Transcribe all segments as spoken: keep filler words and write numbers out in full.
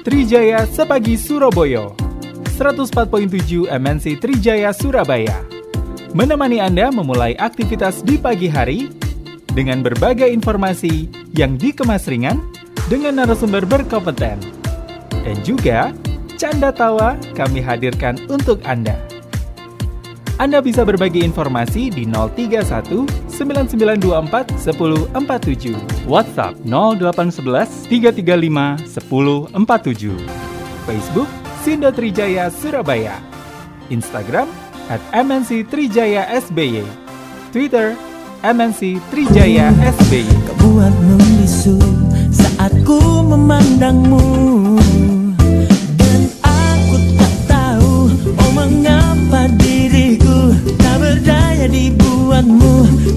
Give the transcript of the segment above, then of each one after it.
Trijaya Sepagi Surabaya, seratus empat koma tujuh M N C Trijaya Surabaya, menemani Anda memulai aktivitas di pagi hari dengan berbagai informasi yang dikemas ringan dengan narasumber berkompeten. Dan juga canda tawa kami hadirkan untuk Anda. Anda bisa berbagi informasi di nol tiga satu sembilan sembilan dua empat satu nol empat tujuh, WhatsApp nol delapan satu satu tiga tiga lima satu nol empat tujuh, Facebook Sindo Trijaya Surabaya, Instagram at M N C Trijaya S B Y, Twitter M N C Trijaya S B Y. Kebuat membisu saat ku memandangmu, dan aku tak tahu oh mengapa diriku tak berdaya dibuatmu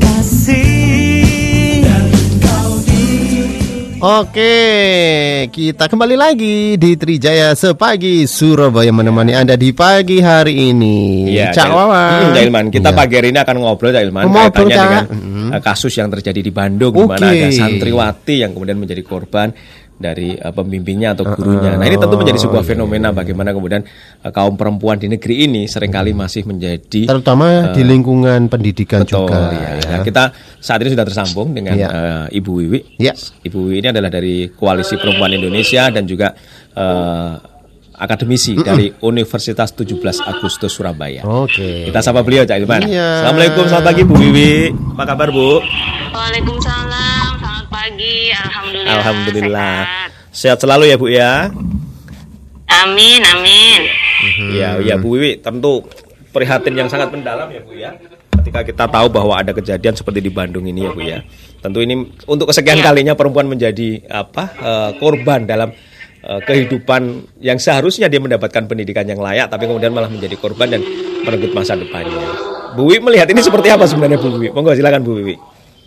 kasih. Dan kau di... Oke, kita kembali lagi di Trijaya Sepagi Surabaya menemani Anda di pagi hari ini. Ya, Cak Wawan. Hmm, Ilman, kita ya. pagi hari ini akan ngobrol, Cak Ilman, ngobrol, kaitannya Cak. dengan mm-hmm. kasus yang terjadi di Bandung, di mana okay. ada santriwati yang kemudian menjadi korban dari uh, pembimbingnya atau gurunya. Nah, ini tentu menjadi sebuah fenomena bagaimana kemudian uh, kaum perempuan di negeri ini seringkali masih menjadi terutama uh, di lingkungan pendidikan betul, juga. Ya. Nah, kita saat ini sudah tersambung dengan ya. uh, Ibu Wiwi. Ya. Ibu Wiwi ini adalah dari Koalisi Perempuan Indonesia dan juga uh, akademisi Mm-mm. dari Universitas tujuh belas Agustus Surabaya. Oke. Kita sapa beliau, Cak Ilman. Iya. Assalamualaikum, selamat pagi Bu Wiwi. Apa kabar, Bu? Waalaikumsalam, selamat pagi. Alhamdulillah. Alhamdulillah. Sehat. Sehat selalu ya, Bu ya. Amin, amin. Iya, mm-hmm. ya Bu Wiwi, tentu prihatin yang sangat mendalam ya, Bu ya. Ketika kita tahu bahwa ada kejadian seperti di Bandung ini ya, Bu ya. Tentu ini untuk kesekian ya. kalinya perempuan menjadi apa? Uh, korban dalam uh, kehidupan yang seharusnya dia mendapatkan pendidikan yang layak, tapi kemudian malah menjadi korban dan merenggut masa depannya. Bu Wiwi melihat ini seperti apa sebenarnya, Bu Wiwi? Monggo silakan Bu Wiwi.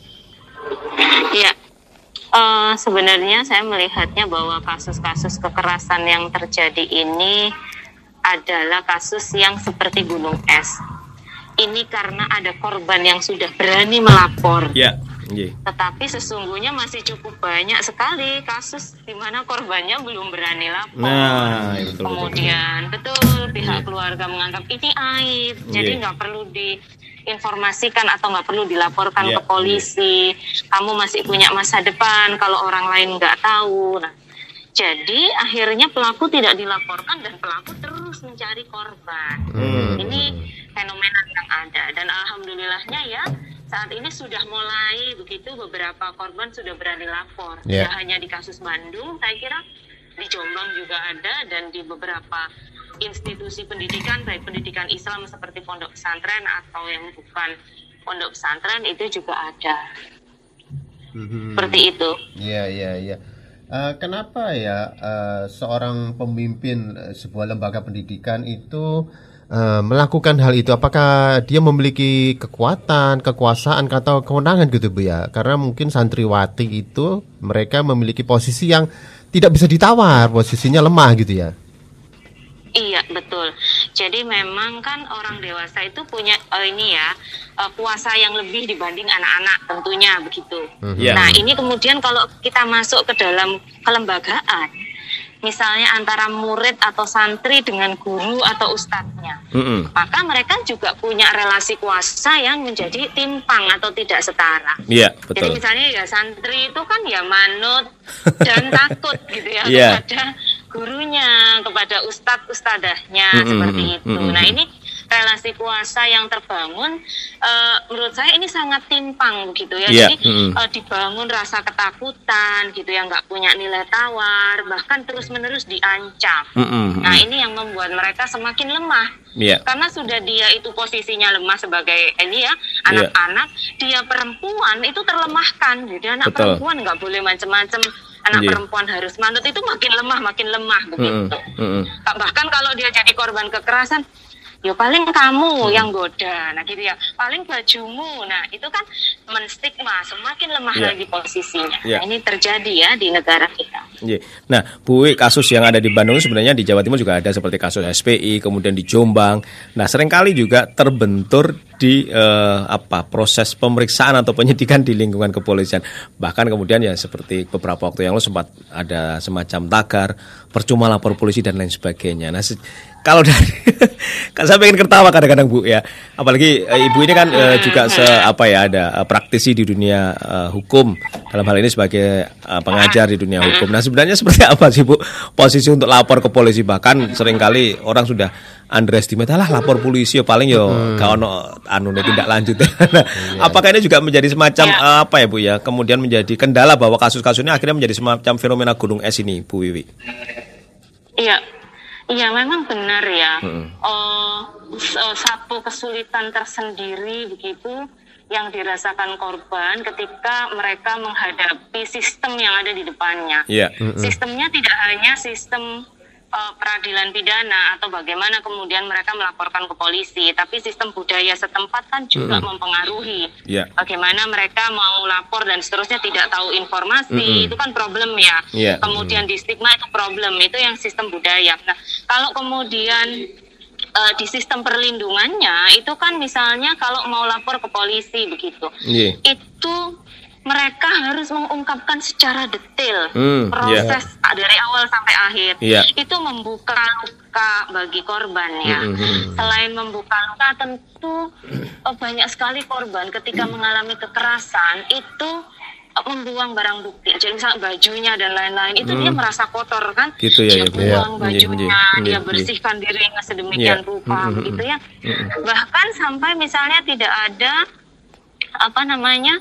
Iya. Uh, sebenarnya saya melihatnya bahwa kasus-kasus kekerasan yang terjadi ini adalah kasus yang seperti gunung es. Ini karena ada korban yang sudah berani melapor. Ya. Yeah. Tetapi sesungguhnya masih cukup banyak sekali kasus di mana korbannya belum berani lapor. Nah, betul, kemudian betul, betul pihak yeah. keluarga menganggap ini aib, yeah. jadi nggak perlu diinformasikan atau nggak perlu dilaporkan yeah. ke polisi. Yeah. Kamu masih punya masa depan kalau orang lain nggak tahu. Nah, jadi akhirnya pelaku tidak dilaporkan dan pelaku terus mencari korban. Hmm. Ini fenomena yang ada dan alhamdulillahnya ya saat ini sudah mulai begitu beberapa korban sudah berani lapor. Yeah. Tidak hanya di kasus Bandung, saya kira di Jombang juga ada dan di beberapa institusi pendidikan baik pendidikan Islam seperti pondok pesantren atau yang bukan pondok pesantren itu juga ada. Hmm. Seperti itu. Iya, yeah, iya, yeah, iya. Yeah. Uh, kenapa ya uh, seorang pemimpin uh, sebuah lembaga pendidikan itu uh, melakukan hal itu? Apakah dia memiliki kekuatan, kekuasaan atau kewenangan gitu Bu ya? Karena mungkin santriwati itu mereka memiliki posisi yang tidak bisa ditawar, posisinya lemah gitu ya. Iya betul. Jadi memang kan orang dewasa itu punya uh, ini ya uh, kuasa yang lebih dibanding anak-anak tentunya begitu. Mm-hmm. Yeah. Nah ini kemudian kalau kita masuk ke dalam kelembagaan, misalnya antara murid atau santri dengan guru atau ustadznya, mm-hmm. maka mereka juga punya relasi kuasa yang menjadi timpang atau tidak setara. Iya yeah, betul. Jadi misalnya ya santri itu kan ya manut dan takut gitu ya yeah. kepada gurunya, kepada ustadz ustadahnya mm-hmm. seperti itu. Mm-hmm. Nah ini relasi kuasa yang terbangun, uh, menurut saya ini sangat timpang gitu ya. Yeah. Jadi mm-hmm. uh, dibangun rasa ketakutan gitu ya, nggak punya nilai tawar, bahkan terus menerus diancam. Mm-hmm. Nah ini yang membuat mereka semakin lemah. Yeah. Karena sudah dia itu posisinya lemah sebagai ini ya anak-anak, yeah. dia perempuan itu terlemahkan. Jadi anak Betul. perempuan nggak boleh macam-macam. Anak yeah. perempuan harus manut itu makin lemah, makin lemah begitu. Mm-hmm. Mm-hmm. Bahkan kalau dia jadi korban kekerasan, ya paling kamu mm-hmm. yang goda, nah gitu ya. Paling bajumu, nah itu kan menstigma, semakin lemah yeah. lagi posisinya. Yeah. Nah, ini terjadi ya di negara kita. Yeah. Nah, Bu, kasus yang ada di Bandung sebenarnya di Jawa Timur juga ada seperti kasus S P I, kemudian di Jombang. Nah, seringkali juga terbentur di uh, apa proses pemeriksaan atau penyidikan di lingkungan kepolisian. Bahkan kemudian ya seperti beberapa waktu yang lalu sempat ada semacam tagar percuma lapor polisi dan lain sebagainya. Nah, se- kalau dari kan saya pengen ketawa kadang-kadang Bu ya. Apalagi uh, Ibu ini kan uh, juga se apa ya ada uh, praktisi di dunia uh, hukum, dalam hal ini sebagai uh, pengajar di dunia hukum. Nah, sebenarnya seperti apa sih Bu posisi untuk lapor ke polisi? Bahkan seringkali orang sudah underestimate lah lapor polisi ya paling yo hmm. gak ono anune tindak lanjut. Nah, apakah ini juga menjadi semacam ya. uh, apa ya Bu ya? Kemudian menjadi kendala bahwa kasus-kasus ini akhirnya menjadi semacam fenomena gunung es ini, Bu Wiwi. Iya. Iya, memang benar ya. Hmm. Uh, satu kesulitan tersendiri begitu yang dirasakan korban ketika mereka menghadapi sistem yang ada di depannya. Yeah. Mm-hmm. Sistemnya tidak hanya sistem uh, peradilan pidana atau bagaimana kemudian mereka melaporkan ke polisi, tapi sistem budaya setempat kan juga mm-hmm. mempengaruhi. Yeah. Bagaimana mereka mau lapor dan seterusnya tidak tahu informasi, mm-hmm. itu kan problem ya. Yeah. Kemudian mm-hmm. di stigma itu problem, itu yang sistem budaya. Nah, kalau kemudian Uh, di sistem perlindungannya itu kan misalnya kalau mau lapor ke polisi begitu, yeah. itu mereka harus mengungkapkan secara detail mm, proses yeah. dari awal sampai akhir. Yeah. Itu membuka luka bagi korban ya. Mm-hmm. Selain membuka luka, tentu uh, banyak sekali korban ketika mengalami kekerasan itu membuang barang bukti, jadi misalnya bajunya dan lain-lain, itu hmm. dia merasa kotor kan, gitu ya, dia ya, buang ya. bajunya, ya, dia ya, bersihkan ya. dirinya sedemikian ya. rupa, hmm. gitu ya. Hmm. Bahkan sampai misalnya tidak ada apa namanya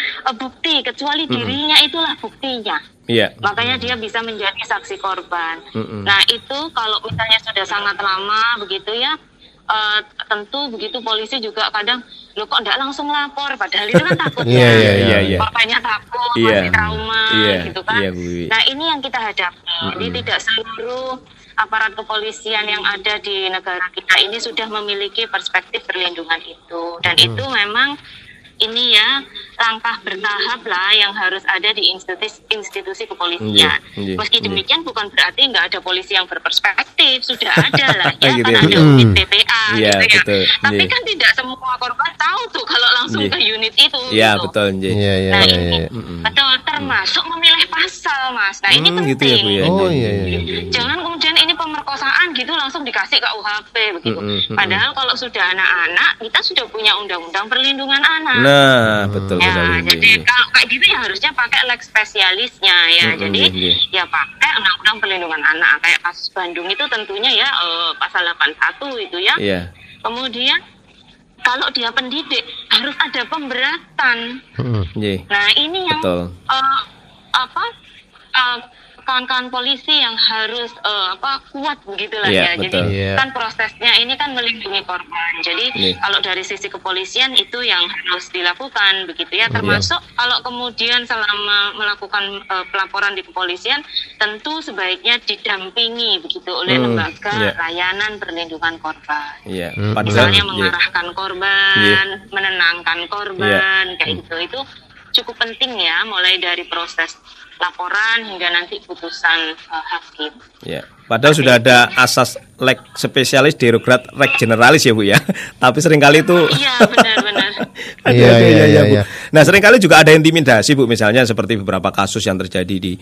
bukti, kecuali hmm. dirinya itulah buktinya. Ya. Makanya dia bisa menjadi saksi korban. Hmm. Nah itu kalau misalnya sudah sangat lama begitu ya. Uh, tentu begitu polisi juga kadang lo kok enggak langsung lapor padahal itu kan takut ya, yeah, yeah, yeah, yeah. korbannya takut, yeah. masih trauma yeah. gitu kan. Yeah, nah ini yang kita hadapi. Mm-hmm. Jadi tidak seluruh aparat kepolisian yang ada di negara kita ini sudah memiliki perspektif perlindungan itu, dan mm. itu memang ini ya langkah bertahap lah yang harus ada di institusi institusi kepolisian. Yeah, yeah, Meski demikian yeah. bukan berarti nggak ada polisi yang berperspektif, sudah ada lah ya, gitu, kan ya. ada unit P P A yeah, gitu ya. Betul, Tapi yeah. kan tidak semua korban tahu tuh kalau langsung yeah. ke unit itu. Iya yeah, gitu. betul. Yeah. Yeah, yeah, nah yeah, ini yeah. betul termasuk memilih pasal mas. Nah ini mm, penting. Gitu ya, Bu, ya. Oh iya. iya, iya. Jangan kemudian ini pemerkosaan gitu langsung dikasih ke U H P begitu. Mm, mm, mm, Padahal kalau sudah anak-anak kita sudah punya undang-undang perlindungan anak. Nah betul. Ya, betul, jadi betul. kalau kayak gitu ya harusnya pakai leg spesialisnya ya. Mm-hmm, jadi yeah. ya pakai undang-undang perlindungan anak. Kayak kasus Bandung itu tentunya ya uh, pasal delapan puluh satu itu ya. Yeah. Kemudian kalau dia pendidik harus ada pemberatan. Mm-hmm. Yeah. Nah ini yang uh, apa uh, kawan-kawan polisi yang harus uh, apa kuat begitulah yeah, ya. Betul. Jadi yeah. kan prosesnya ini kan melindungi korban. Jadi yeah. kalau dari sisi kepolisian itu yang harus dilakukan begitu ya. Termasuk yeah. kalau kemudian selama melakukan uh, pelaporan di kepolisian tentu sebaiknya didampingi begitu oleh mm, lembaga yeah. layanan perlindungan korban. Yeah. Mm, Misalnya yeah. mengarahkan korban, yeah. menenangkan korban yeah. kayak gitu. Itu cukup penting ya, mulai dari proses laporan hingga nanti putusan uh, hakim. Ya, padahal Tapi, sudah ada asas leg spesialis, derograt, leg generalis ya Bu ya. Tapi seringkali itu Iya, benar-benar. Iya, iya, iya, Bu. Nah, seringkali juga ada intimidasi Bu, misalnya seperti beberapa kasus yang terjadi di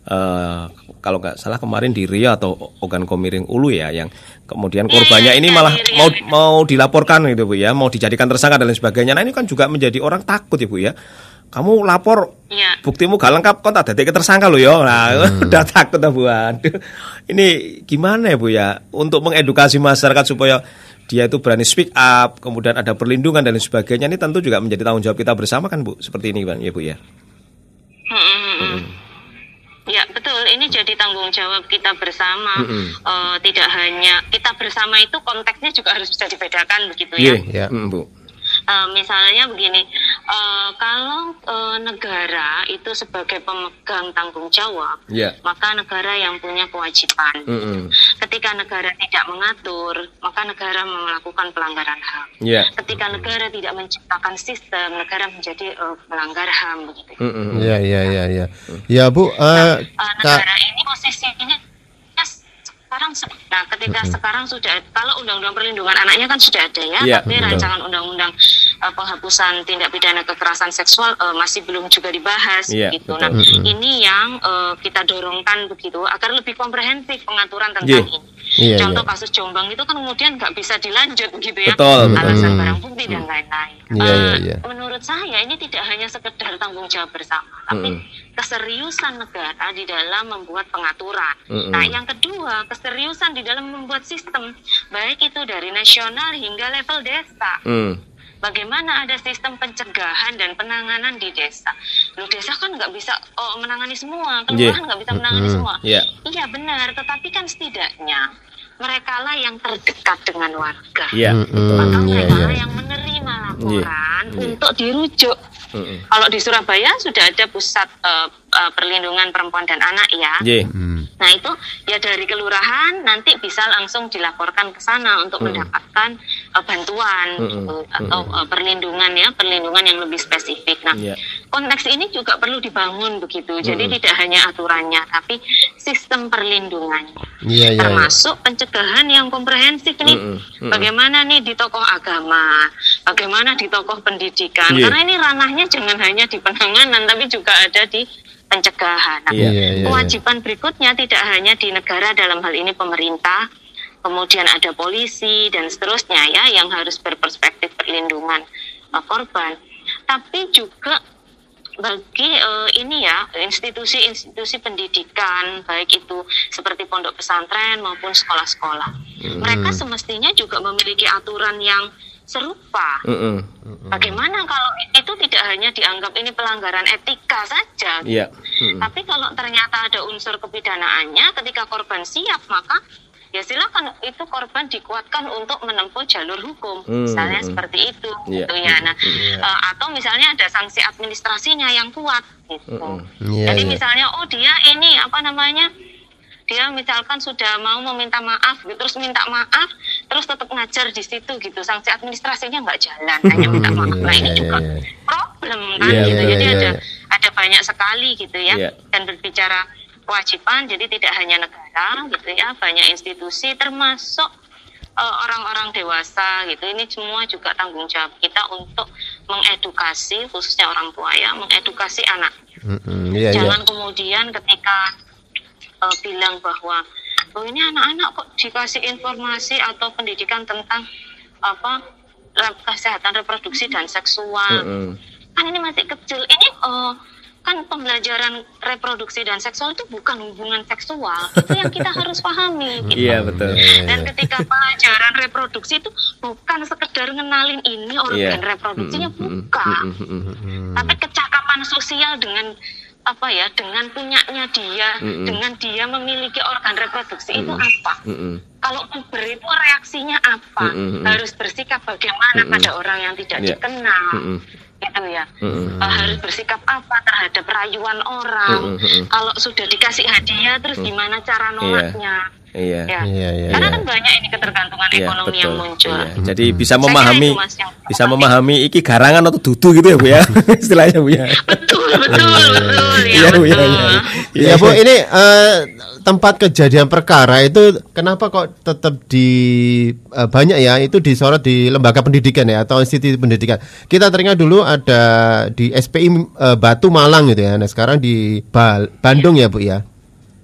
uh, kalau nggak salah kemarin di Riau atau Ogan Komiring Ulu ya, yang kemudian korbannya yeah, ini malah yeah, mau yeah. mau dilaporkan gitu Bu ya, mau dijadikan tersangka dan lain sebagainya. Nah, ini kan juga menjadi orang takut ya Bu ya. Kamu lapor, ya. buktimu gak lengkap, kok tak dadek tersangka lo ya. Nah, hmm. udah takut lah Bu. Aduh. Ini gimana ya Bu ya, untuk mengedukasi masyarakat supaya dia itu berani speak up, kemudian ada perlindungan dan lain sebagainya. Ini tentu juga menjadi tanggung jawab kita bersama kan Bu, seperti ini kan ya Bu ya. Hmm. Hmm. Ya betul, ini jadi tanggung jawab kita bersama. Mm-hmm. uh, Tidak hanya kita bersama itu konteksnya juga harus bisa dibedakan begitu ya. Yeah, yeah. Mm, Bu. Uh, misalnya begini, uh, kalau uh, negara itu sebagai pemegang tanggung jawab, yeah. maka negara yang punya kewajiban. Mm-hmm. Ketika negara tidak mengatur, maka negara melakukan pelanggaran H A M. Yeah. Ketika negara tidak menciptakan sistem, negara menjadi uh, melanggar H A M begitu. Mm-hmm. Ya, ya, ya, ya. Ya Bu, uh, nah, uh, negara ka- ini posisinya sekarang. Nah, ketika Mm-mm. sekarang sudah, kalau undang-undang perlindungan anaknya kan sudah ada ya, Iya, tapi betul. rancangan undang-undang uh, penghapusan tindak pidana kekerasan seksual uh, masih belum juga dibahas Iya, begitu. betul. Nah, Mm-mm. ini yang uh, kita dorongkan begitu agar lebih komprehensif pengaturan tentang Iya. ini. Iya, Contoh iya. kasus Jombang itu kan kemudian nggak bisa dilanjut gitu ya, Betul, betul. alasan Mm. barang bukti dan lain-lain. Iya, Uh, iya, iya. Menurut saya ini tidak hanya sekedar tanggung jawab bersama, tapi Mm. keseriusan negara di dalam membuat pengaturan. Mm-mm. Nah, yang kedua, keseriusan di dalam membuat sistem, baik itu dari nasional hingga level desa. Hmm. Bagaimana ada sistem pencegahan dan penanganan di desa? Loh, desa kan nggak bisa oh, menangani semua, kelurahan nggak bisa menangani Mm-mm. semua. Iya. Iya benar, tetapi kan setidaknya mereka lah yang terdekat dengan warga. Iya, Mm-mm. betul. Maka Iya, mereka iya. lah yang menerima laporan Iya. untuk dirujuk. Mm-mm. Kalau di Surabaya sudah ada pusat uh, uh, perlindungan perempuan dan anak ya. Iya. Hmm. Nah itu ya dari kelurahan nanti bisa langsung dilaporkan ke sana untuk Mm. mendapatkan uh, bantuan Mm-mm. gitu, atau uh, perlindungan ya, perlindungan yang lebih spesifik. Nah Iya. konteks ini juga perlu dibangun begitu. Jadi Mm-mm. tidak hanya aturannya, tapi sistem perlindungannya, Iya, iya, iya. termasuk pencegahan yang komprehensif nih. Mm-mm. Mm-mm. Bagaimana nih di tokoh agama, bagaimana di tokoh pendidikan. Iya. Karena ini ranahnya jangan hanya di penanganan, tapi juga ada di pencegahan. Nah, Iya. Iya, iya, iya. kewajiban berikutnya tidak hanya di negara, dalam hal ini pemerintah, kemudian ada polisi dan seterusnya ya yang harus berperspektif perlindungan uh, korban, tapi juga bagi uh, ini ya institusi-institusi pendidikan, baik itu seperti pondok pesantren maupun sekolah-sekolah. Mereka semestinya juga memiliki aturan yang serupa. Mm-mm. Bagaimana kalau itu tidak hanya dianggap ini pelanggaran etika saja, Iya. Mm-mm. tapi kalau ternyata ada unsur kepidanaannya, ketika korban siap, maka ya silakan itu korban dikuatkan untuk menempuh jalur hukum, Hmm, misalnya hmm. seperti itu, Iya. gitu ya. Nah, Iya. eh, atau misalnya ada sanksi administrasinya yang kuat, gitu. Hmm. Iya, Jadi iya. misalnya, oh dia ini apa namanya? Dia misalkan sudah mau meminta maaf, gitu, terus minta maaf, terus tetap ngajar di situ gitu, sanksi administrasinya nggak jalan, hanya minta maaf. Nah ini Iya, juga iya, iya. problem kan, Iya, gitu. iya, Jadi iya, ada iya. ada banyak sekali gitu ya, Iya. dan berbicara kewajiban, jadi tidak hanya negara gitu ya, banyak institusi termasuk uh, orang-orang dewasa gitu. Ini semua juga tanggung jawab kita untuk mengedukasi, khususnya orang tua ya, mengedukasi anak. Mm-mm. Iya, iya. Jangan kemudian ketika uh, bilang bahwa oh ini anak-anak kok dikasih informasi atau pendidikan tentang apa rep- kesehatan reproduksi dan seksual, Mm-mm. kan ini masih kecil. Ini uh, kan pembelajaran reproduksi dan seksual itu bukan hubungan seksual, itu yang kita harus pahami gitu. Iya, betul. Iya, Dan iya. ketika pelajaran reproduksi itu bukan sekedar ngenalin ini organ Iya. reproduksinya, Mm-mm. bukan, Mm-mm. Mm-mm. tapi kecakapan sosial dengan apa ya, dengan punyanya dia, Mm-mm. dengan dia memiliki organ reproduksi itu apa? Mm-mm. Kalau puber itu reaksinya apa? Mm-mm. Harus bersikap bagaimana Mm-mm. pada orang yang tidak Iya. dikenal, Mm-mm. gitu ya. Mm-mm. Uh, harus bersikap apa terhadap rayuan orang? Mm-mm. Kalau sudah dikasih hadiah, terus gimana cara nolaknya? Iya. Ya. Iya, iya, Karena iya. kan banyak ini ketergantungan Iya, ekonomi yang betul. muncul. Iya. Jadi bisa Saya memahami kira itu, Mas, yang bisa penting. memahami iki garangan atau dudu gitu ya, Bu ya. Istilahnya, Bu ya. Betul, betul, betul, ya Iya, Bu ya. betul. Iya, Ya Bu, ini eh, tempat kejadian perkara itu kenapa kok tetap di eh, banyak ya itu disorot di lembaga pendidikan ya atau institusi pendidikan. Kita teringat dulu ada di S P I eh, Batu Malang gitu ya. Nah sekarang di Bal- Bandung ya Bu ya.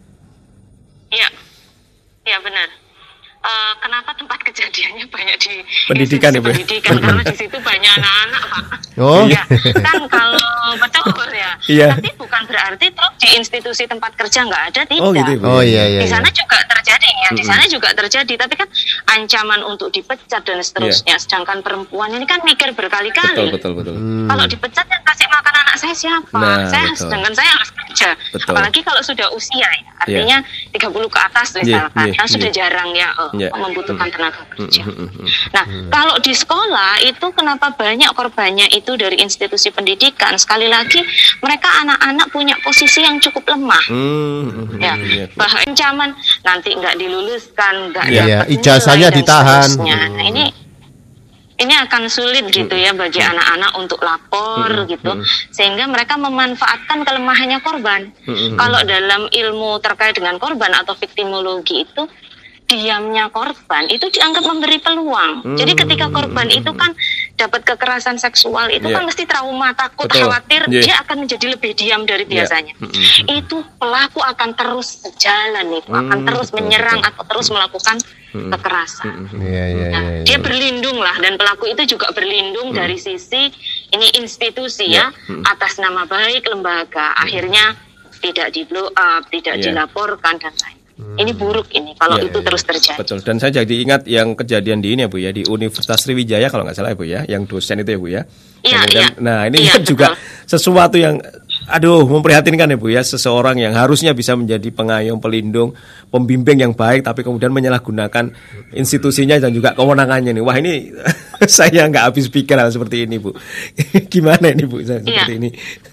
Iya, iya benar. Eh, kenapa tempat kejadiannya banyak di Pendidikan, institusi Ibu? pendidikan? Karena di situ banyak anak-anak, Pak. Oh. Ya, kan kalau betul ya. Iya. Tapi bukan berarti terus di institusi tempat kerja nggak ada, tidak. Oh, gitu, Ibu. Oh iya iya. Di iya. sana juga terjadi ya, di sana juga terjadi. Tapi kan ancaman untuk dipecat dan seterusnya. Sedangkan perempuan ini kan mikir berkali-kali. Betul, betul, betul. Hmm. Kalau dipecat yang kasih makan anak saya siapa? Nah, saya betul. sedangkan saya harus kerja. Betul. Apalagi kalau sudah usia ya. Artinya tiga puluh ke atas misalkan. iya, Kan sudah iya. jarang ya uh, Iya. membutuhkan tenaga kerja. Mm, mm, mm. Nah, kalau di sekolah itu kenapa banyak korbannya itu dari institusi pendidikan? Sekali lagi mereka anak-anak punya posisi yang cukup lemah. Hmm, mm, mm, Ya, iya. bahwa ancaman nanti nggak diluluskan, nggak Iya. dapat Iya, nilai ijazahnya dan ditahan. seterusnya. Nah, ini ini akan sulit gitu ya bagi anak-anak untuk lapor Mm-mm. gitu, Mm-mm. sehingga mereka memanfaatkan kelemahannya korban. Mm-mm. Kalau dalam ilmu terkait dengan korban atau viktimologi itu diamnya korban itu dianggap memberi peluang. Hmm. Jadi ketika korban itu kan dapat kekerasan seksual itu yeah. kan mesti trauma, takut, Betul. khawatir, yeah. dia akan menjadi lebih diam dari biasanya. Yeah. Hmm. Itu pelaku akan terus berjalan itu, hmm. akan terus menyerang Betul. atau terus melakukan hmm. kekerasan. Hmm. Yeah, yeah, nah, yeah, yeah. Dia berlindung lah, dan pelaku itu juga berlindung hmm. dari sisi ini institusi yeah. ya, hmm. atas nama baik lembaga. Akhirnya tidak di blow up, tidak yeah. dilaporkan dan lain. Hmm. Ini buruk ini kalau ya, itu ya, terus terjadi. Betul. Dan saya jadi ingat yang kejadian di ini ya Bu ya, di Universitas Sriwijaya kalau nggak salah ya Bu ya, yang dosen itu ya Bu ya. Iya, iya. Nah ini ya, kan betul. juga sesuatu yang aduh memprihatinkan ya Bu ya, seseorang yang harusnya bisa menjadi pengayom, pelindung, pembimbing yang baik, tapi kemudian menyalahgunakan institusinya dan juga kewenangannya nih. Wah ini saya nggak habis pikir hal seperti ini Bu. Gimana ini Bu saya seperti ya. ini?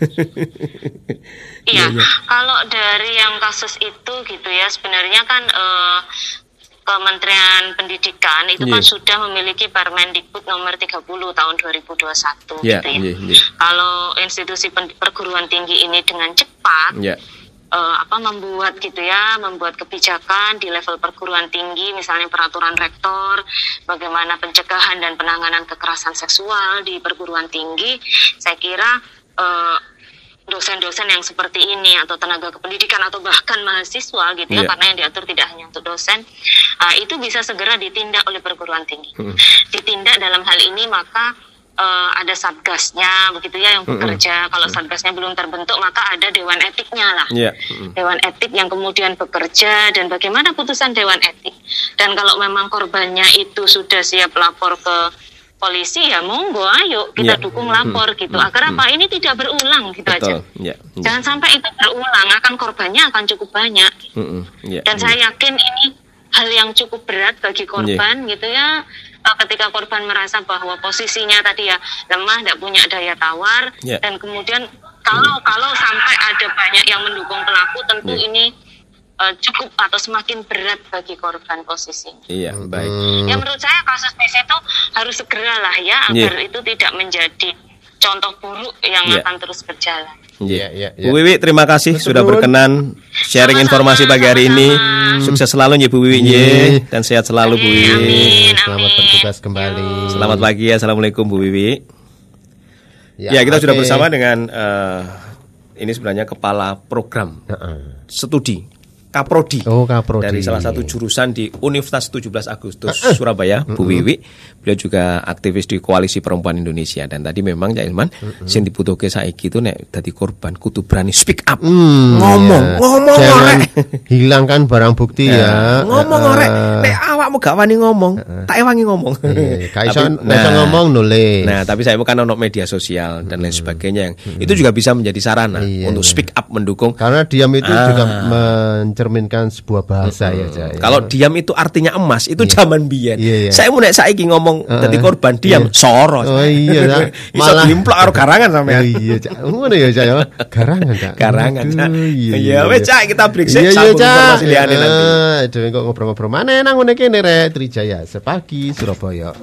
Iya, ya, ya. Kalau dari yang kasus itu gitu ya, sebenarnya kan eh, Kementerian Pendidikan itu yeah. kan sudah memiliki Permendikbud nomor tiga puluh tahun dua ribu dua puluh satu yeah, gitu ya. Yeah, yeah. Kalau institusi perguruan tinggi ini dengan cepat yeah. uh, apa membuat gitu ya, membuat kebijakan di level perguruan tinggi, misalnya peraturan rektor, bagaimana pencegahan dan penanganan kekerasan seksual di perguruan tinggi, saya kira uh, dosen-dosen yang seperti ini atau tenaga kependidikan atau bahkan mahasiswa gitu ya, yeah. karena yang diatur tidak hanya untuk dosen, uh, itu bisa segera ditindak oleh perguruan tinggi. Hmm. Ditindak dalam hal ini maka uh, ada satgasnya begitu ya yang bekerja. Hmm. Kalau satgasnya belum terbentuk maka ada dewan etiknya lah. Yeah. Hmm. Dewan etik yang kemudian bekerja, dan bagaimana putusan dewan etik. Dan kalau memang korbannya itu sudah siap lapor ke polisi, ya monggo ayo kita yeah. dukung lapor hmm. gitu, agar hmm. apa ini tidak berulang gitu. Betul. aja yeah. Yeah. Jangan sampai itu berulang, akan korbannya akan cukup banyak gitu. hmm. yeah. Dan yeah. saya yakin ini hal yang cukup berat bagi korban yeah. gitu ya, ketika korban merasa bahwa posisinya tadi ya lemah, tidak punya daya tawar yeah. dan kemudian kalau hmm. kalau sampai ada banyak yang mendukung pelaku, tentu yeah. ini Uh, cukup atau semakin berat bagi korban posisinya. Iya, baik. Hmm. Ya menurut saya kasus di situ harus segera lah ya, agar yeah. itu tidak menjadi contoh buruk yang yeah. akan terus berjalan. Iya, iya, iya. Bu Wiwi, terima kasih Betul. sudah berkenan sharing sama-sama, informasi pagi hari sama-sama. ini. Sukses selalu ya Bu Wiwi yeah. dan sehat selalu Bu Wiwi. Amin, Selamat amin. bertugas kembali. Yo. Selamat pagi ya, assalamualaikum Bu Wiwi. Ya, ya kita okay. sudah bersama dengan uh, ini sebenarnya kepala program uh-uh. studi Kaprodi, oh, Kaprodi dari salah satu jurusan di Universitas tujuh belas Agustus uh, uh. Surabaya, uh, Bu Wiwi. Beliau juga aktivis di Koalisi Perempuan Indonesia. Dan tadi memang Cak Ilman, uh, uh. sing dibutuhke saiki itu nek dadi korban kudu berani speak up, hmm, ngomong, iya. ngomong, jangan hilangkan barang bukti ya. ya. Ngomong uh, orek, nek awakmu gak wani ngomong, uh, tak ewangi ngomong. Iya, tapi nah, ngomong nulis. Nah, tapi saya bukan ono media sosial dan lain sebagainya yang uh, itu juga bisa menjadi sarana iya, untuk iya. speak up mendukung. Karena diam itu ah. juga men cerminkan sebuah bahasa hmm. ya, Jaya. Kalau diam itu artinya emas, itu yeah. zaman biyen. Yeah, yeah. Saya mau nek saiki ngomong uh, dadi korban diam yeah. soro. Oh iya, malah dimplok karo garangan sampean. Oh iya, Cak. Ngono ya, Cak. Garangan, Cak. Garangan, Cak. Iya, wes Cak, kita break sik sambung informasi liyane nanti. Dhewe kok ngobrol-ngobrol maneh nang ngene kene rek Trijaya Sepagi Surabaya.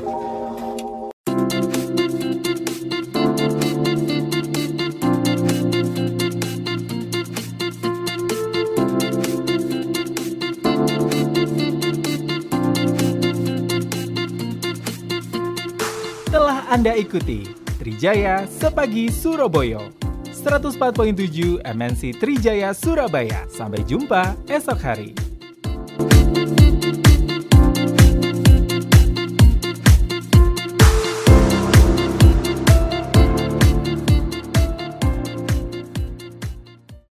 Anda ikuti Trijaya Sepagi Surabaya seratus empat koma tujuh M N C Trijaya Surabaya. Sampai jumpa esok hari.